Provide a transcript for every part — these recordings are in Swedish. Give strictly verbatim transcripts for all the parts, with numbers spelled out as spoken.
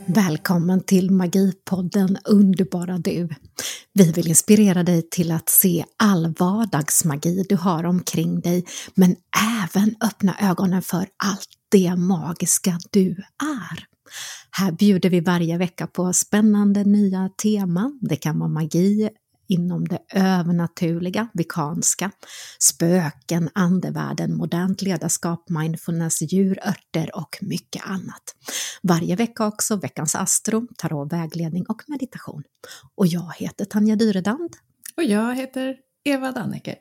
Välkommen till Magipodden Underbara du. Vi vill inspirera dig till att se all vardagsmagi du har omkring dig, men även öppna ögonen för allt det magiska du är. Här bjuder vi varje vecka på spännande nya teman. Det kan vara magi inom det övernaturliga, vikanska, spöken, andevärlden, modernt ledarskap, mindfulness, djurörter och mycket annat. Varje vecka också veckans astro, tarot, vägledning och meditation. Och jag heter Tanja Dyredand. Och jag heter Eva Danneke.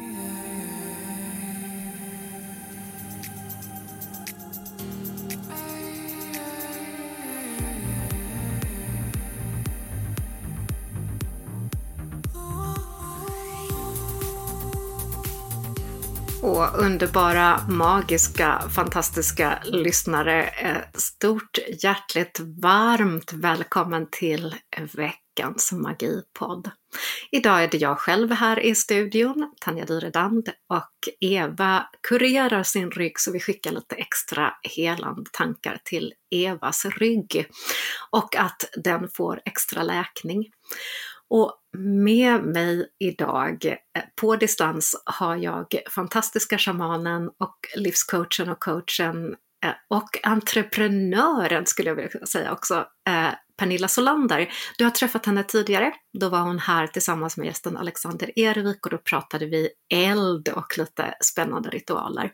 Och underbara, magiska, fantastiska lyssnare, stort hjärtligt varmt välkommen till veckans Magipodd. Idag är det jag själv här i studion, Tanja Dyredand, och Eva kurerar sin rygg så vi skickar lite extra helande tankar till Evas rygg och att den får extra läkning. Och med mig idag på distans har jag fantastiska shamanen och livscoachen och coachen och entreprenören skulle jag vilja säga också, Pernilla Solander. Du har träffat henne tidigare, då var hon här tillsammans med gästen Alexander Ervik och då pratade vi eld och lite spännande ritualer.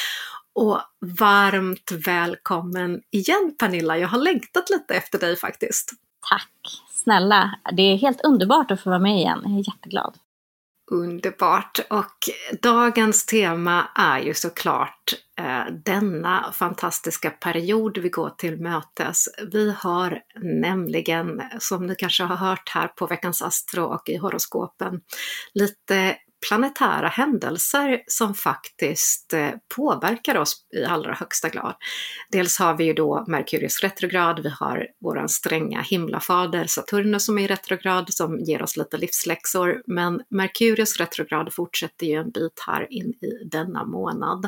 Och varmt välkommen igen Pernilla, jag har längtat lite efter dig faktiskt. Tack snälla, det är helt underbart att få vara med igen, jag är jätteglad. Underbart, och dagens tema är ju såklart eh, denna fantastiska period vi går till mötes. Vi har nämligen, som ni kanske har hört här på veckans astro och i horoskopen, lite planetära händelser som faktiskt påverkar oss i allra högsta grad. Dels har vi ju då Merkurius retrograd, vi har våran stränga himlafader Saturnus som är i retrograd som ger oss lite livsläxor, men Merkurius retrograd fortsätter ju en bit här in i denna månad.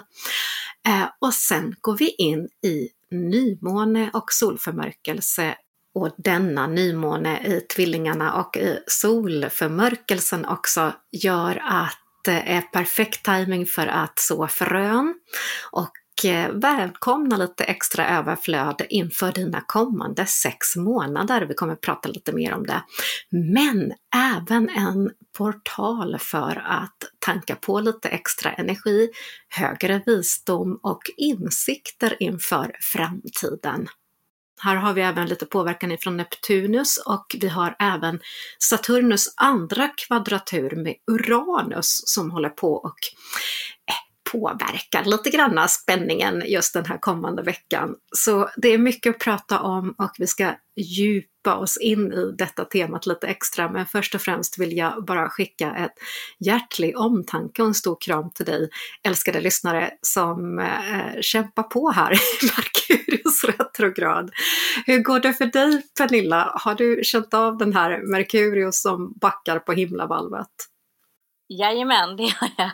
Eh, och sen går vi in i nymåne och solförmörkelse. Och denna nymåne i tvillingarna och i solförmörkelsen också gör att det är perfekt timing för att så frön och välkomna lite extra överflöd inför dina kommande sex månader. Vi kommer att prata lite mer om det. Men även en portal för att tanka på lite extra energi, högre visdom och insikter inför framtiden. Här har vi även lite påverkan ifrån Neptunus och vi har även Saturnus andra kvadratur med Uranus som håller på och eh, påverkar lite grann spänningen just den här kommande veckan. Så det är mycket att prata om och vi ska djupa oss in i detta temat lite extra. Men först och främst vill jag bara skicka ett hjärtlig omtanke och en stor kram till dig, älskade lyssnare, som eh, kämpar på här i Merkurius retrograd. Hur går det för dig Pernilla? Har du känt av den här Merkurius som backar på himlavalvet? Jajamän, det har jag.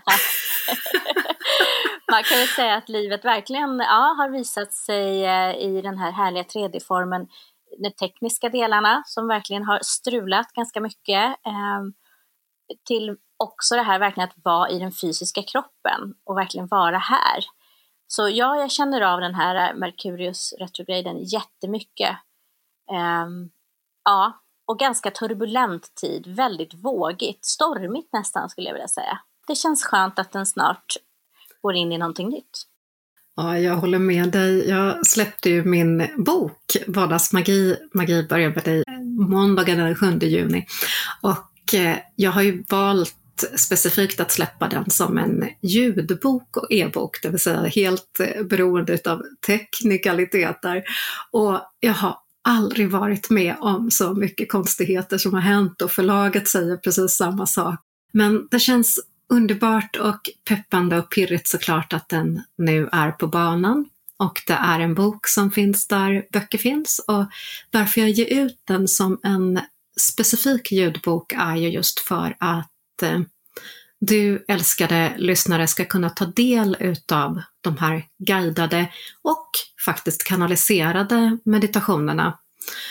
Man kan väl säga att livet verkligen ja, har visat sig i den här härliga tre D-formen, de tekniska delarna som verkligen har strulat ganska mycket eh, till också det här verkligen att vara i den fysiska kroppen och verkligen vara här. Så ja, jag känner av den här Merkurius retrograden jättemycket. Eh, ja, och ganska turbulent tid, väldigt vågigt, stormigt nästan skulle jag vilja säga. Det känns skönt att den snart går in i någonting nytt. Ja, jag håller med dig. Jag släppte ju min bok Vardagsmagi, magi börjar med dig, måndagen den sjunde juni. Och jag har ju valt specifikt att släppa den som en ljudbok och e-bok, det vill säga helt beroende av teknikaliteter. Och jag har aldrig varit med om så mycket konstigheter som har hänt och förlaget säger precis samma sak. Men det känns underbart och peppande och pirrigt såklart att den nu är på banan. Och det är en bok som finns där böcker finns. Och varför jag ger ut den som en specifik ljudbok är ju just för att eh, du älskade lyssnare ska kunna ta del utav de här guidade och faktiskt kanaliserade meditationerna.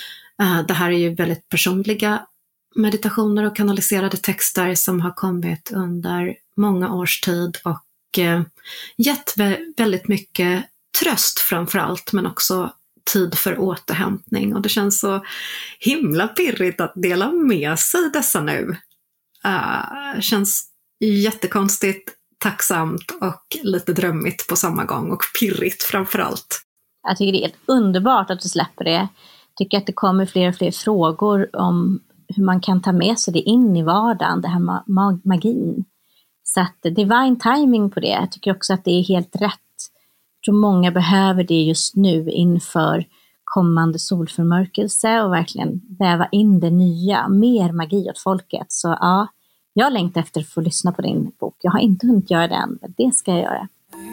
Det här är ju väldigt personliga meditationer och kanaliserade texter som har kommit under många års tid och gett väldigt mycket tröst framför allt, men också tid för återhämtning. Och det känns så himla pirrigt att dela med sig dessa nu. Uh, känns jättekonstigt, tacksamt och lite drömmigt på samma gång, och pirrigt framför allt. Jag tycker det är helt underbart att du släpper det. Jag tycker att det kommer fler och fler frågor om hur man kan ta med sig det in i vardagen, det här mag- magin. Så att divine timing på det. Jag tycker också att det är helt rätt. Jag tror många behöver det just nu inför kommande solförmörkelse och verkligen väva in det nya, mer magi åt folket. Så ja, jag längtar efter att få lyssna på din bok. Jag har inte hunnit göra det än, men det ska jag göra.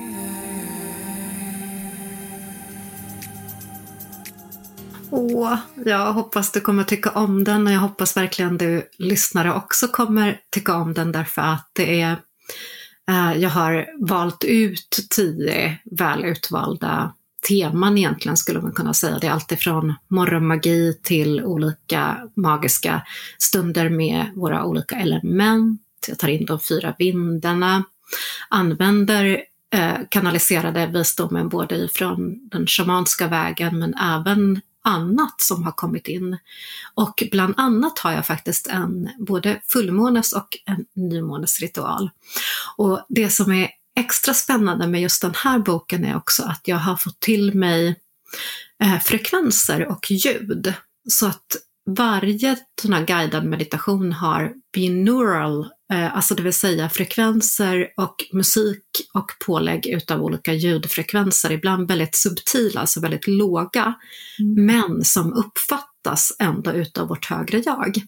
Åh, jag hoppas du kommer tycka om den, och jag hoppas verkligen du lyssnare också kommer tycka om den, därför att det är, eh, jag har valt ut tio väl utvalda teman egentligen, skulle man kunna säga. Det är alltid från morgonmagi till olika magiska stunder med våra olika element. Jag tar in de fyra vindarna, använder eh, kanaliserade visdomen både ifrån den shamanska vägen men även annat som har kommit in. Och bland annat har jag faktiskt en både fullmånes och en nymånesritual. Och det som är extra spännande med just den här boken är också att jag har fått till mig eh, frekvenser och ljud. Så att varje sån här guidad meditation har binaural, eh, alltså det vill säga frekvenser och musik och pålägg utav olika ljudfrekvenser, ibland väldigt subtila, alltså väldigt låga, mm. men som uppfattas ändå utav vårt högre jag.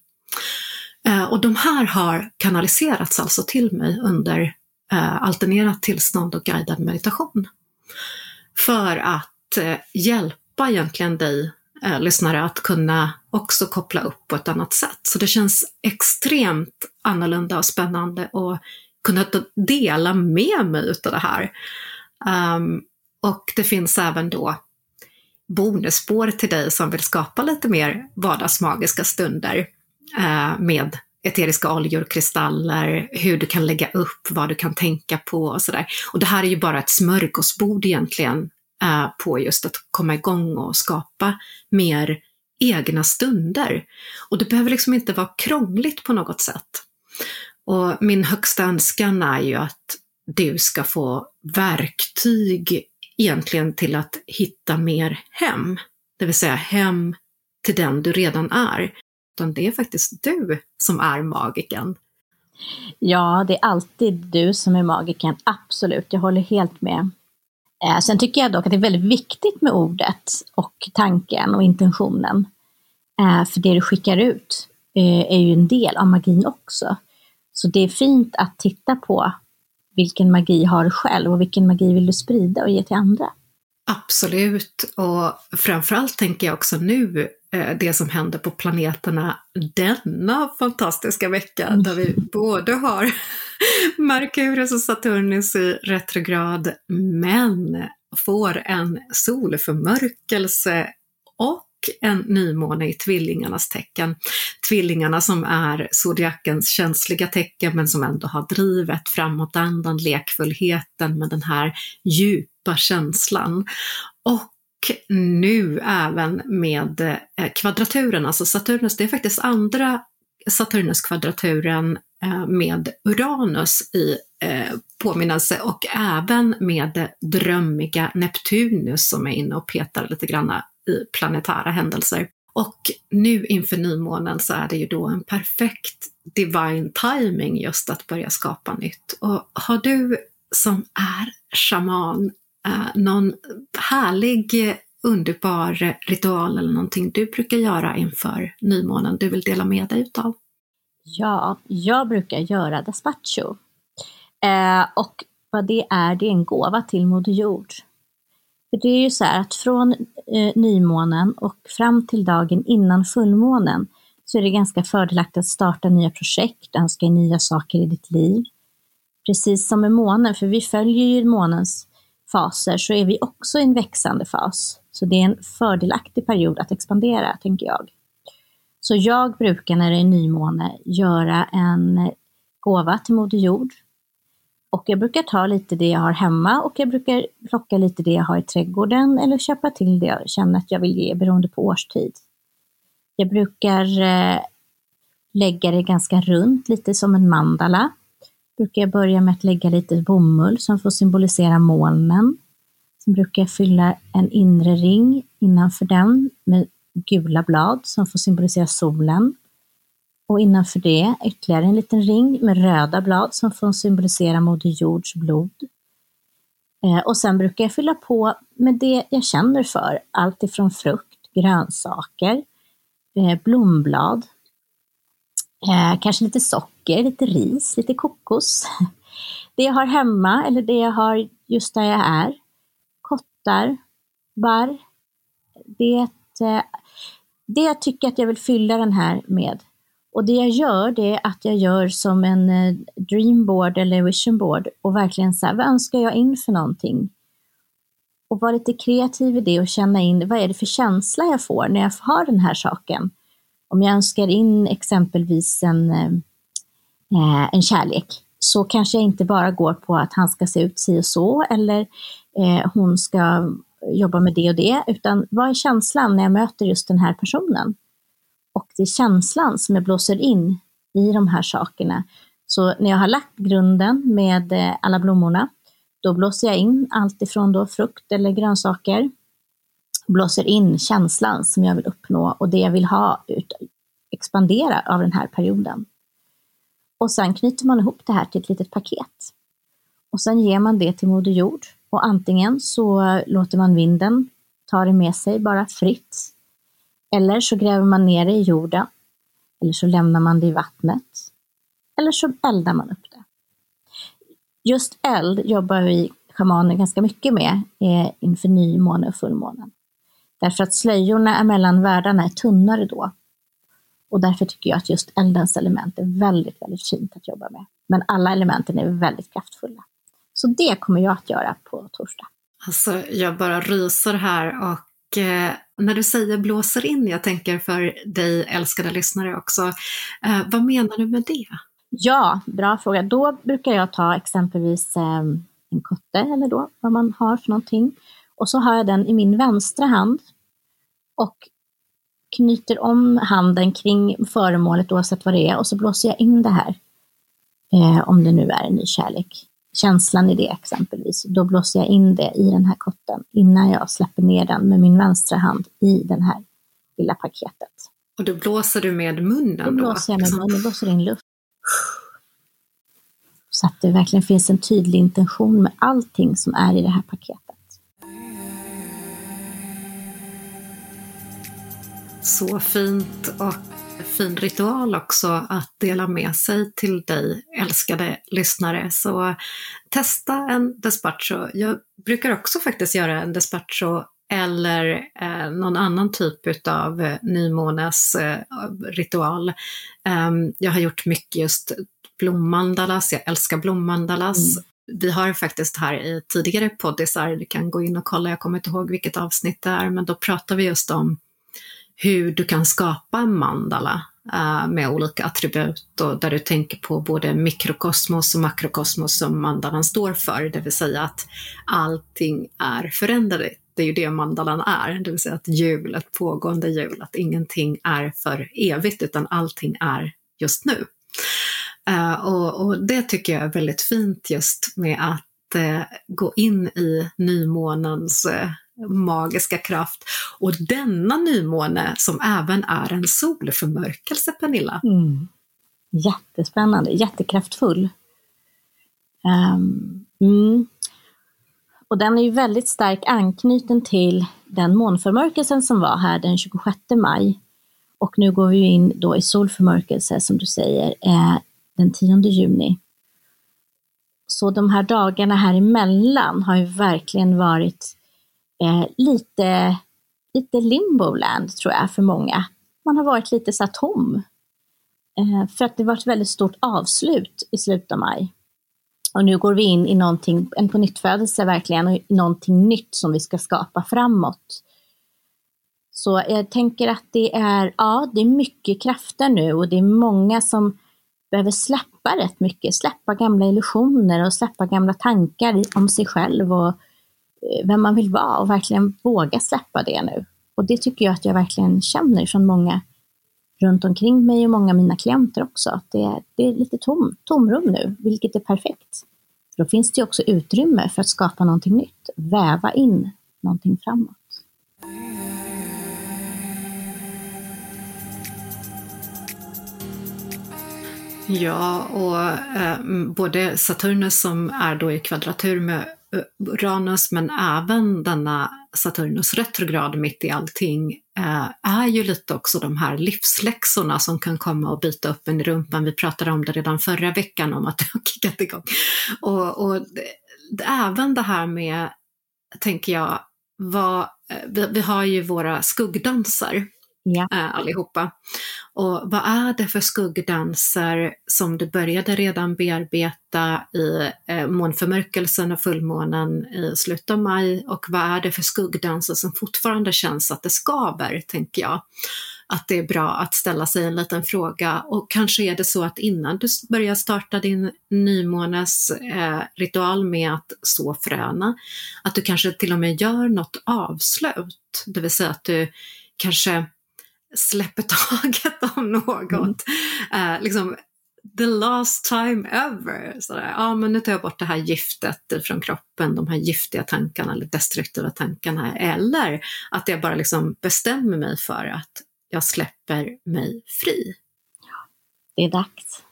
Eh, och de här har kanaliserats alltså till mig under eh, alternerat tillstånd och guidad meditation. För att eh, hjälpa egentligen dig Eh, lyssnare att kunna också koppla upp på ett annat sätt. Så det känns extremt annorlunda och spännande att kunna dela med mig utav det här. Um, och det finns även då bonusspår till dig som vill skapa lite mer vardagsmagiska stunder eh, med eteriska oljor, kristaller, hur du kan lägga upp, vad du kan tänka på och sådär. Och det här är ju bara ett smörgåsbord egentligen på just att komma igång och skapa mer egna stunder. Och det behöver liksom inte vara krångligt på något sätt. Och min högsta önskan är ju att du ska få verktyg egentligen till att hitta mer hem. Det vill säga hem till den du redan är. Utan det är faktiskt du som är magiken. Ja, det är alltid du som är magiken. Absolut, jag håller helt med. Sen tycker jag dock att det är väldigt viktigt med ordet och tanken och intentionen. För det du skickar ut är ju en del av magin också. Så det är fint att titta på vilken magi har du själv och vilken magi vill du sprida och ge till andra. Absolut, och framförallt tänker jag också nu det som händer på planeterna denna fantastiska vecka, mm. där vi både har Merkurius och Saturnus i retrograd, men får en solförmörkelse och en nymåne i tvillingarnas tecken. Tvillingarna som är zodiakens känsliga tecken, men som ändå har drivet framåtandan, lekfullheten med den här djupa känslan. Och nu även med kvadraturen, alltså Saturnus, det är faktiskt andra Saturnus-kvadraturen med Uranus i påminnelse, och även med drömmiga Neptunus som är inne och petar lite grann i planetära händelser. Och nu inför nymånen så är det ju då en perfekt divine timing just att börja skapa nytt. Och har du som är shaman någon härlig, underbar ritual eller någonting du brukar göra inför nymånen du vill dela med dig utav? Ja, jag brukar göra despacho. Eh, och vad det är, det är en gåva till Moder Jord. För det är ju så här att från eh, nymånen och fram till dagen innan fullmånen så är det ganska fördelaktigt att starta nya projekt, önska nya saker i ditt liv. Precis som med månen, för vi följer ju månens faser, så är vi också i en växande fas. Så det är en fördelaktig period att expandera, tänker jag. Så jag brukar när det är nymåne göra en gåva till Moder Jord. Och jag brukar ta lite det jag har hemma och jag brukar plocka lite det jag har i trädgården eller köpa till det jag känner att jag vill ge beroende på årstid. Jag brukar eh, lägga det ganska runt, lite som en mandala. Brukar jag börja med att lägga lite bomull som får symbolisera molnen. Sen brukar jag fylla en inre ring innanför den med gula blad som får symbolisera solen. Och innanför det ytterligare en liten ring med röda blad som får symbolisera Moder Jords blod. Eh, och sen brukar jag fylla på med det jag känner för. Allt ifrån frukt, grönsaker, eh, blomblad. Eh, kanske lite socker, lite ris, lite kokos. Det jag har hemma eller det jag har just där jag är. Kottar, barr. Det, eh, det jag tycker att jag vill fylla den här med. Och det jag gör det är att jag gör som en eh, dreamboard eller visionboard. Och verkligen så här, vad önskar jag in för någonting? Och vara lite kreativ i det och känna in, vad är det för känsla jag får när jag har den här saken? Om jag önskar in exempelvis en, eh, en kärlek så kanske jag inte bara går på att han ska se ut si och så eller eh, hon ska jobba med det och det, utan vad är känslan när jag möter just den här personen? Och det är känslan som jag blåser in i de här sakerna. Så när jag har lagt grunden med eh, alla blommorna, då blåser jag in allt ifrån då frukt eller grönsaker. Blåser in känslan som jag vill uppnå och det jag vill ha ut, expandera av den här perioden. Och sen knyter man ihop det här till ett litet paket. Och sen ger man det till Moder Jord. Och antingen så låter man vinden ta det med sig bara fritt. Eller så gräver man ner det i jorden. Eller så lämnar man det i vattnet. Eller så eldar man upp det. Just eld jobbar vi schamaner ganska mycket med eh, inför nymåne och fullmånen. Därför att slöjorna mellan världarna är tunnare då. Och därför tycker jag att just eldens element är väldigt, väldigt fint att jobba med. Men alla elementen är väldigt kraftfulla. Så det kommer jag att göra på torsdag. Alltså jag bara ryser här och eh, när du säger blåser in, jag tänker för dig älskade lyssnare också. Eh, vad menar du med det? Ja, bra fråga. Då brukar jag ta exempelvis eh, en kotte eller då vad man har för någonting. Och så har jag den i min vänstra hand och knyter om handen kring föremålet oavsett vad det är och så blåser jag in det här. Eh, om det nu är en ny kärlek. Känslan i det exempelvis. Då blåser jag in det i den här kotten innan jag släpper ner den med min vänstra hand i den här lilla paketet. Och då blåser du med munnen då? Då blåser jag med munnen, jag blåser in luft. Så att det verkligen finns en tydlig intention med allting som är i det här paketet. Så fint och fin ritual också att dela med sig till dig älskade lyssnare. Så testa en despacho. Jag brukar också faktiskt göra en despacho eller eh, någon annan typ av eh, nymånes eh, ritual. Um, jag har gjort mycket just blommandalas, jag älskar blommandalas. Mm. Vi har faktiskt här i tidigare poddisar, du kan gå in och kolla, jag kommer inte ihåg vilket avsnitt det är, men då pratar vi just om hur du kan skapa en mandala uh, med olika attribut och där du tänker på både mikrokosmos och makrokosmos som mandalan står för, det vill säga att allting är föränderligt. Det är ju det mandalan är, det vill säga att hjul, ett pågående hjul, att ingenting är för evigt utan allting är just nu. Uh, och, och det tycker jag är väldigt fint just med att uh, gå in i nymånens uh, magiska kraft. Och denna nymåne som även är en solförmörkelse, Pernilla. Mm. Jättespännande, jättekraftfull. Um, mm. Och den är ju väldigt starkt anknuten till den månförmörkelsen som var här den tjugosjätte maj. Och nu går vi in då i solförmörkelse som du säger eh, den tionde juni. Så de här dagarna här emellan har ju verkligen varit eh, lite, lite limboland tror jag för många. Man har varit lite så tom. Eh, för att det var ett väldigt stort avslut i slutet av maj. Och nu går vi in i någonting, en på nyttfödelse verkligen, och någonting nytt som vi ska skapa framåt. Så jag tänker att det är, ja, det är mycket krafter nu och det är många som behöver släppa rätt mycket, släppa gamla illusioner och släppa gamla tankar om sig själv och vem man vill vara och verkligen våga släppa det nu. Och det tycker jag att jag verkligen känner från många runt omkring mig och många av mina klienter också. Att det är, det är lite tom, tomrum nu, vilket är perfekt. För då finns det ju också utrymme för att skapa någonting nytt, väva in någonting framåt. Ja, och eh, både Saturnus som är då i kvadratur med Uranus, men även denna Saturnus retrograd mitt i allting eh, är ju lite också de här livsläxorna som kan komma och bita upp en i rumpan. Vi pratade om det redan förra veckan om att det har kickat igång. Och, och det, även det här med, tänker jag, vad, vi, vi har ju våra skuggdanser. Ja. Äh, allihopa. Och vad är det för skuggdanser som du började redan bearbeta i eh, månförmörkelsen och fullmånen i slutet av maj, och vad är det för skuggdanser som fortfarande känns att det skaver, tänker jag. Att det är bra att ställa sig en liten fråga, och kanske är det så att innan du börjar starta din nymånes eh, ritual med att så fröna, att du kanske till och med gör något avslut, det vill säga att du kanske släpper taget om något. Mm. Eh, liksom, the last time ever. Sådär. Ja, men nu tar jag bort det här giftet från kroppen, de här giftiga tankarna eller destruktiva tankarna. Eller att jag bara liksom bestämmer mig för att jag släpper mig fri. Ja, det är dags.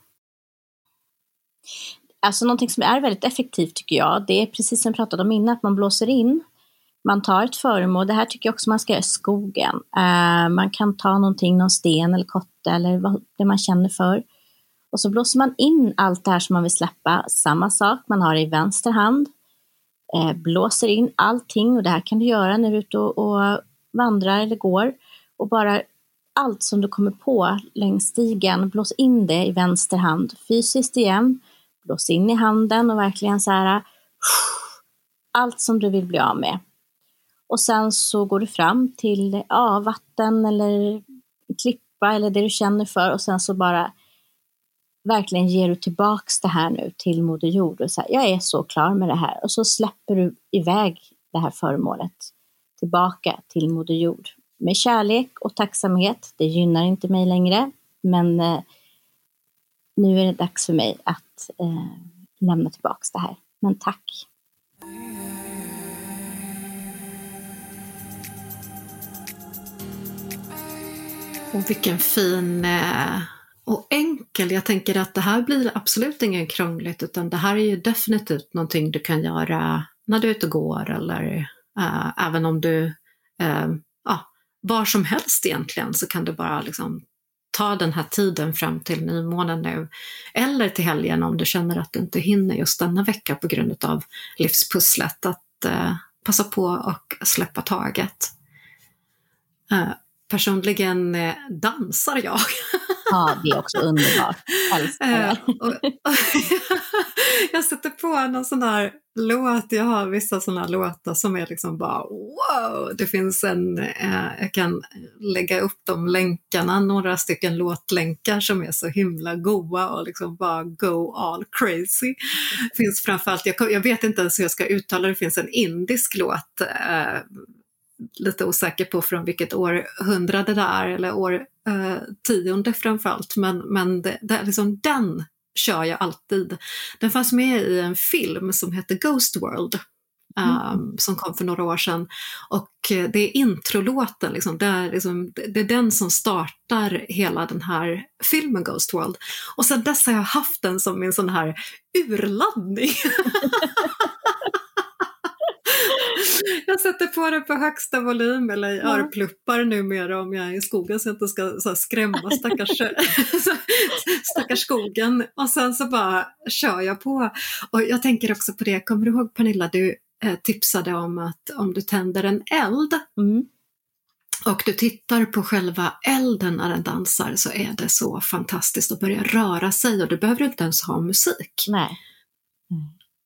Alltså någonting som är väldigt effektivt tycker jag, det är precis som jag pratade om innan, att man blåser in. Man tar ett föremål, det här tycker jag också man ska göra i skogen. Uh, man kan ta någonting, någon sten eller kotte eller vad det man känner för. Och så blåser man in allt det här som man vill släppa. Samma sak, man har det i vänster hand. Uh, blåser in allting, och det här kan du göra när du är ute och, och vandrar eller går. Och bara allt som du kommer på längs stigen, blås in det i vänster hand. Fysiskt igen, blås in i handen och verkligen så här, allt som du vill bli av med. Och sen så går du fram till ja, vatten eller klippa eller det du känner för. Och sen så bara verkligen ger du tillbaks det här nu till Moder Jord. Och så här, jag är så klar med det här. Och så släpper du iväg det här föremålet tillbaka till Moder Jord. Med kärlek och tacksamhet. Det gynnar inte mig längre. Men eh, nu är det dags för mig att eh, lämna tillbaks det här. Men tack. Och vilken fin eh, och enkel. Jag tänker att det här blir absolut ingen krångligt, utan det här är ju definitivt någonting du kan göra när du är ute och går, eller eh, även om du eh, ja, var som helst egentligen, så kan du bara liksom ta den här tiden fram till nymånen nu, eller till helgen om du känner att du inte hinner just denna vecka på grund av livspusslet, att eh, passa på och släppa taget. Eh, Personligen eh, dansar jag. Ja, det är också underbart. eh, och, och, jag sätter på någon sån här låt. Jag har vissa såna här låtar som är liksom bara wow. Det finns en, eh, jag kan lägga upp de länkarna, några stycken låtlänkar som är så himla goa och liksom bara go all crazy. Finns framförallt, jag, jag vet inte ens hur jag ska uttala det, finns en indisk låt, eh, lite osäker på från vilket århundrade det är, eller år eh, tionde framförallt, men, men det, det, liksom, den kör jag alltid. Den fanns med i en film som heter Ghost World, um, mm. som kom för några år sedan, och det är introlåten, liksom, det, är liksom, det är den som startar hela den här filmen Ghost World, och sen dess har jag haft den som min sån här urladdning. Jag sätter på det på högsta volym eller i ja. örpluppar numera om jag är i skogen, så jag inte ska så här, skrämma stackars, stackars skogen. Och sen så bara kör jag på. Och jag tänker också på det, kommer du ihåg Pernilla, du eh, tipsade om att om du tänder en eld mm. och du tittar på själva elden när den dansar, så är det så fantastiskt att börja röra sig, och du behöver inte ens ha musik. Nej.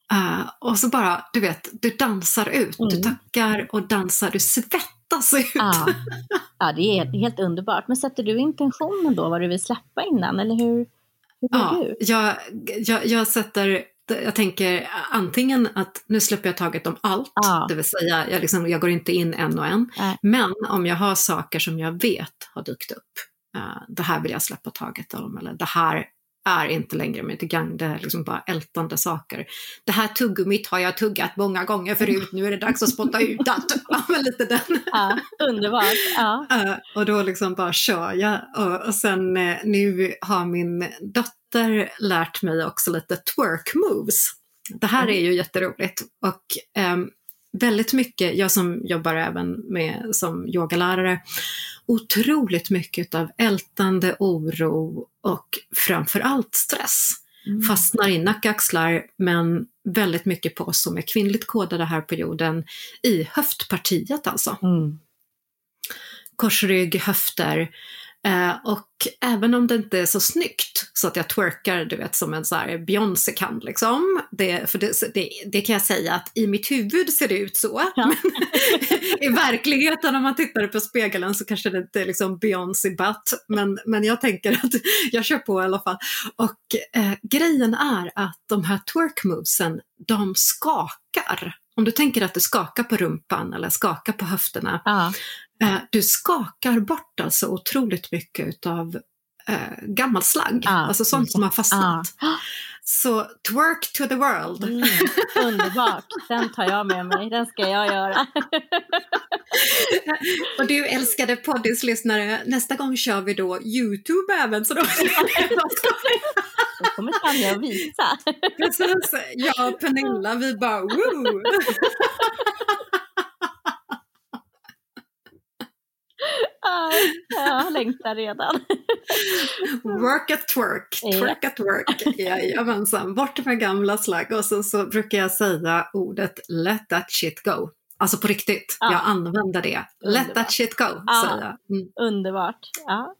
Uh, och så bara, du vet, du dansar ut, mm. du tackar och dansar, du svettas ut. Ja, ja det är helt underbart. Men sätter du intentionen då vad du vill släppa innan, eller hur, hur gör ja, du? Jag, jag, jag sätter, jag tänker antingen att nu släpper jag taget om allt, ja. Det vill säga jag, liksom, jag går inte in en och en, Nej. Men om jag har saker som jag vet har dykt upp, uh, det här vill jag släppa taget om, eller det här är inte längre med till gang, det är liksom bara ältande saker. Det här tuggummit har jag tuggat många gånger förut, nu är det dags att spotta ut det. Ja, men lite den. Ja, underbart. Ja. Uh, och då liksom bara kör jag. Och, och sen uh, nu har min dotter lärt mig också lite twerk moves. Det här mm. är ju jätteroligt. Och um, väldigt mycket, jag som jobbar även med som yogalärare, otroligt mycket av ältande, oro och framförallt stress mm. fastnar i nackaxlar, men väldigt mycket på oss som är kvinnligt kodade här på jorden i höftpartiet alltså. Mm. Korsrygg, höfter. Eh, och även om det inte är så snyggt så att jag twerkar, du vet, som en så här Beyoncé kan liksom, det, för det, det, det kan jag säga att i mitt huvud ser det ut så, ja. Men i verkligheten om man tittar på spegeln så kanske det inte är liksom Beyoncé butt, men, men jag tänker att jag kör på i alla fall. Och eh, grejen är att de här twerk movesen, de skakar. Om du tänker att du skakar på rumpan eller skakar på höfterna, ja. Du skakar bort alltså otroligt mycket av eh, gammal slagg, ah, alltså sånt som har fastnat. Ah. Så twerk to the world. Mm, underbart, den tar jag med mig, den ska jag göra. Och du älskade poddislyssnare, nästa gång kör vi då YouTube även. Så då det kommer Tanja att visa. Precis, jag och Pernilla, vi bara woo! Ja, jag längtar redan. Work at work, twerk at work. Jajamensan, bort med gamla slagg. Och så, så brukar jag säga ordet let that shit go. Alltså på riktigt, ja. Jag använder det. Underbart. Let that shit go, ja. Säger jag. Mm. Underbart, ja.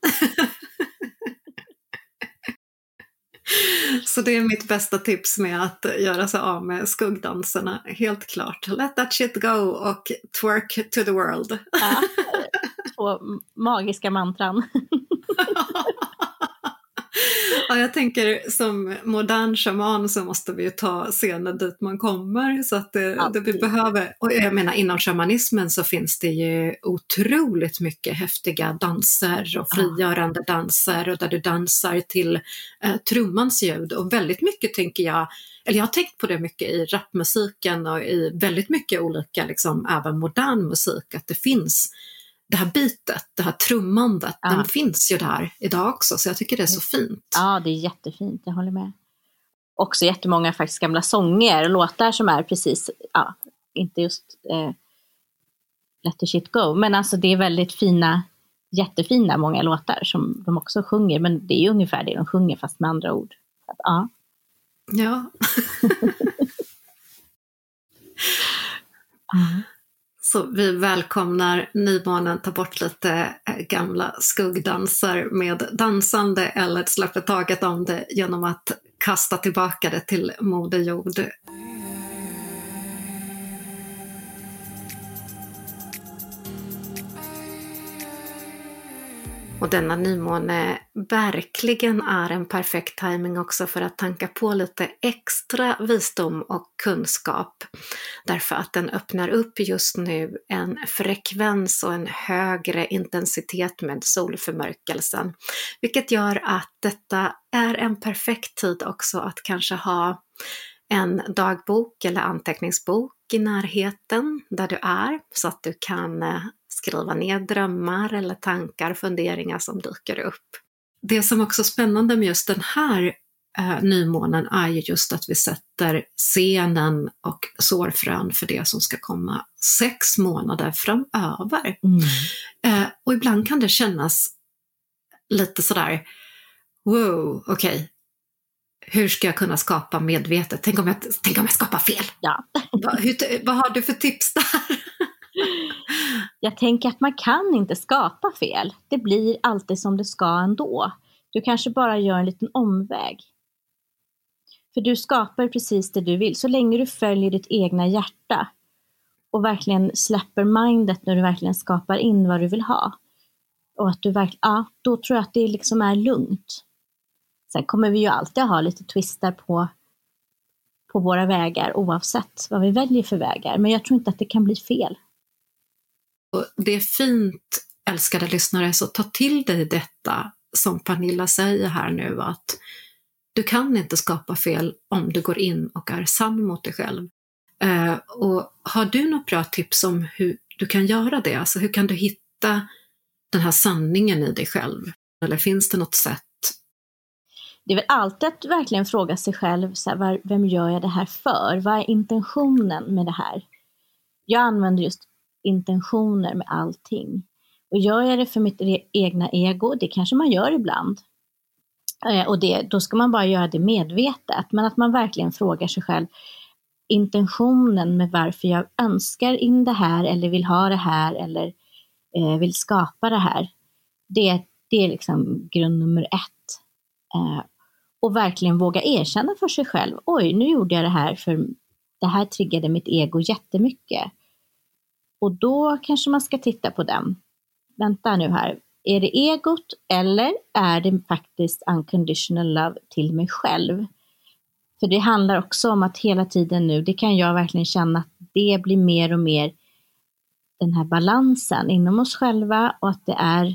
Så det är mitt bästa tips med att göra sig av med skuggdanserna. Helt klart. Let that shit go och twerk to the world. Ja, två magiska mantran. Ja, jag tänker som modern shaman så måste vi ju ta scenen dit man kommer, så att det, det vi behöver, och jag menar inom shamanismen så finns det ju otroligt mycket häftiga danser och frigörande danser och där du dansar till eh, trummans ljud, och väldigt mycket tänker jag, eller jag har tänkt på det mycket i rapmusiken och i väldigt mycket olika liksom även modern musik, att det finns det här bitet, det här trummandet, ja. Den finns ju där idag också, så jag tycker det är så fint. Ja, det är jättefint, jag håller med. Också jättemånga faktiskt gamla sånger och låtar som är precis, ja, inte just eh, let the shit go, men alltså det är väldigt fina, jättefina många låtar som de också sjunger, men det är ju ungefär det de sjunger fast med andra ord. Så att, ja. Ja. mm. Så vi välkomnar nymånen, ta bort lite gamla skuggdanser med dansande eller släppa taget om det genom att kasta tillbaka det till moder jord. Och denna nymåne verkligen är en perfekt timing också för att tanka på lite extra visdom och kunskap. Därför att den öppnar upp just nu en frekvens och en högre intensitet med solförmörkelsen. Vilket gör att detta är en perfekt tid också att kanske ha en dagbok eller anteckningsbok i närheten där du är, så att du kan skriva ner drömmar eller tankar, funderingar som dyker upp. Det som också är spännande med just den här eh, nymånen är ju just att vi sätter scenen och sårfrön för det som ska komma sex månader framöver. Mm. Eh, och ibland kan det kännas lite sådär, wow, okej. Okay. Hur ska jag kunna skapa medvetet? Tänk om jag, tänk om jag skapar fel. Ja. vad, hur, vad har du för tips där? Jag tänker att man kan inte skapa fel. Det blir alltid som det ska ändå. Du kanske bara gör en liten omväg. För du skapar precis det du vill. Så länge du följer ditt egna hjärta och verkligen släpper mindet när du verkligen skapar in vad du vill ha. Och att du verkligen, ja, då tror jag att det liksom är lugnt. Sen kommer vi ju alltid ha lite twistar på, på våra vägar oavsett vad vi väljer för vägar. Men jag tror inte att det kan bli fel. Och det är fint, älskade lyssnare, så ta till dig detta som Pernilla säger här nu, att du kan inte skapa fel om du går in och är sann mot dig själv. Eh, och har du något bra tips om hur du kan göra det? Alltså hur kan du hitta den här sanningen i dig själv? Eller finns det något sätt? Det är väl alltid att verkligen fråga sig själv, så här, vem gör jag det här för? Vad är intentionen med det här? Jag använder just intentioner med allting. Och gör jag det för mitt egna ego, det kanske man gör ibland. Eh, och det, då ska man bara göra det medvetet. Men att man verkligen frågar sig själv intentionen med varför jag önskar in det här eller vill ha det här eller eh, vill skapa det här. Det, det är liksom grund nummer ett. Eh, och verkligen våga erkänna för sig själv. Oj, nu gjorde jag det här för det här triggade mitt ego jättemycket. Och då kanske man ska titta på den. Vänta nu här. Är det egot eller är det faktiskt unconditional love till mig själv? För det handlar också om att hela tiden nu, det kan jag verkligen känna att det blir mer och mer den här balansen inom oss själva och att det är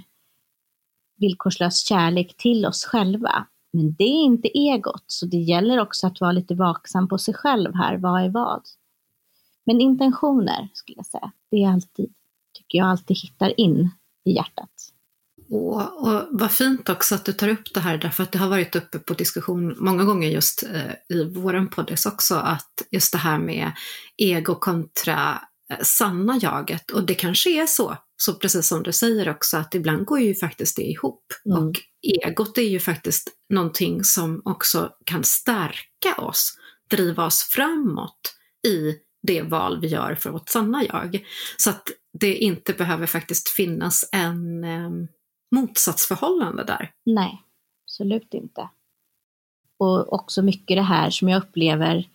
villkorslös kärlek till oss själva. Men det är inte egot, så det gäller också att vara lite vaksam på sig själv här. Vad är vad? Men intentioner skulle jag säga, det är alltid, tycker jag alltid hittar in i hjärtat. Och, och vad fint också att du tar upp det här, därför att det har varit uppe på diskussion många gånger just eh, i våran poddis också, att just det här med ego kontra eh, sanna jaget, och det kanske är så, så precis som du säger också, att ibland går ju faktiskt det ihop. Mm. Och egot är ju faktiskt någonting som också kan stärka oss, driva oss framåt i det val vi gör för vårt sanna jag. Så att det inte behöver faktiskt finnas en eh, motsatsförhållande där. Nej, absolut inte. Och också mycket det här som jag upplever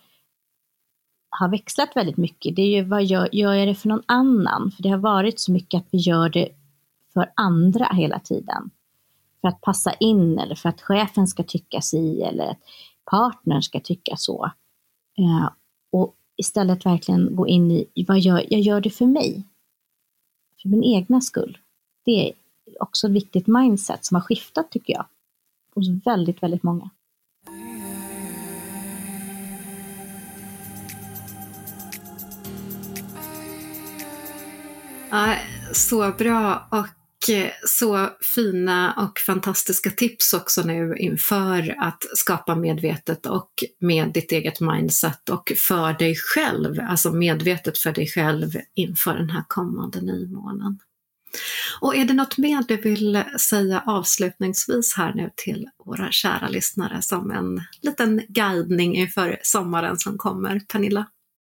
har växlat väldigt mycket. Det är ju vad gör, gör jag det för någon annan? För det har varit så mycket att vi gör det för andra hela tiden. För att passa in eller för att chefen ska tycka si eller att partnern ska tycka så. Eh, och istället verkligen gå in i vad gör, jag gör det för mig. För min egna skull. Det är också ett viktigt mindset som har skiftat tycker jag. Hos väldigt, väldigt många. Ja, så bra och så fina och fantastiska tips också nu inför att skapa medvetet och med ditt eget mindset och för dig själv, alltså medvetet för dig själv inför den här kommande nymånen. Och är det något mer du vill säga avslutningsvis här nu till våra kära lyssnare som en liten guidning inför sommaren som kommer, Pernilla?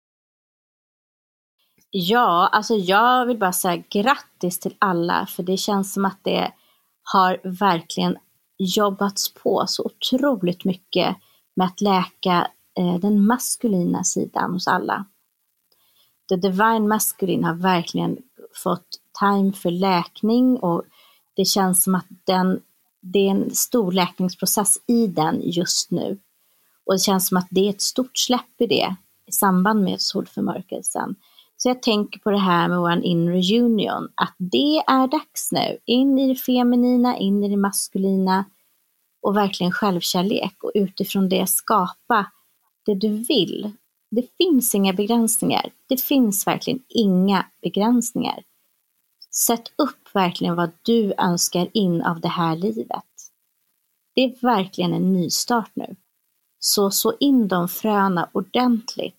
Ja, alltså jag vill bara säga grattis till alla, för det känns som att det har verkligen jobbats på så otroligt mycket med att läka eh, den maskulina sidan hos alla. The Divine Masculine har verkligen fått time för läkning och det känns som att den, det är en stor läkningsprocess i den just nu. Och det känns som att det är ett stort släpp i det i samband med solförmörkelsen. Så jag tänker på det här med vår inre union, att det är dags nu. In i det feminina, in i det maskulina och verkligen självkärlek och utifrån det skapa det du vill. Det finns inga begränsningar. Det finns verkligen inga begränsningar. Sätt upp verkligen vad du önskar in av det här livet. Det är verkligen en ny start nu. Så så in de fröna ordentligt.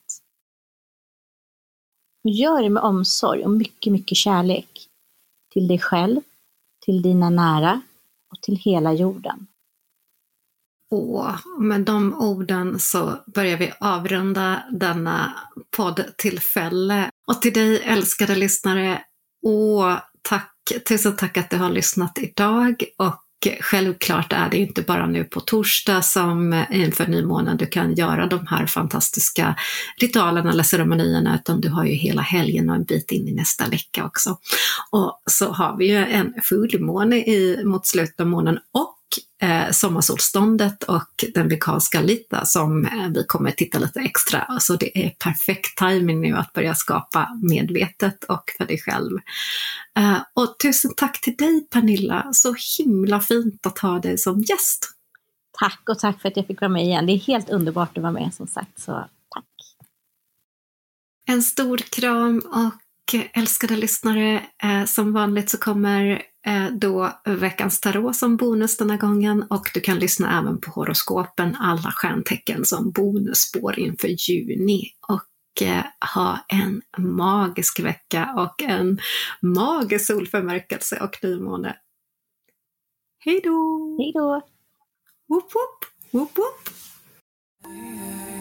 Gör det med omsorg och mycket, mycket kärlek till dig själv, till dina nära och till hela jorden. Och med de orden så börjar vi avrunda denna poddtillfälle. Och till dig älskade lyssnare, och tack, tusen tack att du har lyssnat idag. Och självklart är det inte bara nu på torsdag som inför nymånen du kan göra de här fantastiska ritualerna eller ceremonierna, utan du har ju hela helgen och en bit in i nästa vecka också. Och så har vi ju en fullmåne i, mot slutet av månaden och eh, sommarsolståndet och den veganska lita som eh, vi kommer titta lite extra. Så det är perfekt timing nu att börja skapa medvetet och för dig själv. Eh, och tusen tack till dig Pernilla, så himla fint att ha dig som gäst. Tack, och tack för att jag fick vara med igen. Det är helt underbart att vara med, som sagt, så tack. En stor kram, och älskade lyssnare, eh, som vanligt så kommer eh, då veckans tarot som bonus denna gången, och du kan lyssna även på horoskopen, alla stjärntecken, som bonusspår inför juni. Och eh, ha en magisk vecka och en magisk solförmörkelse och nymåne. Hej då! Hej då! Woop woop! Woop woop!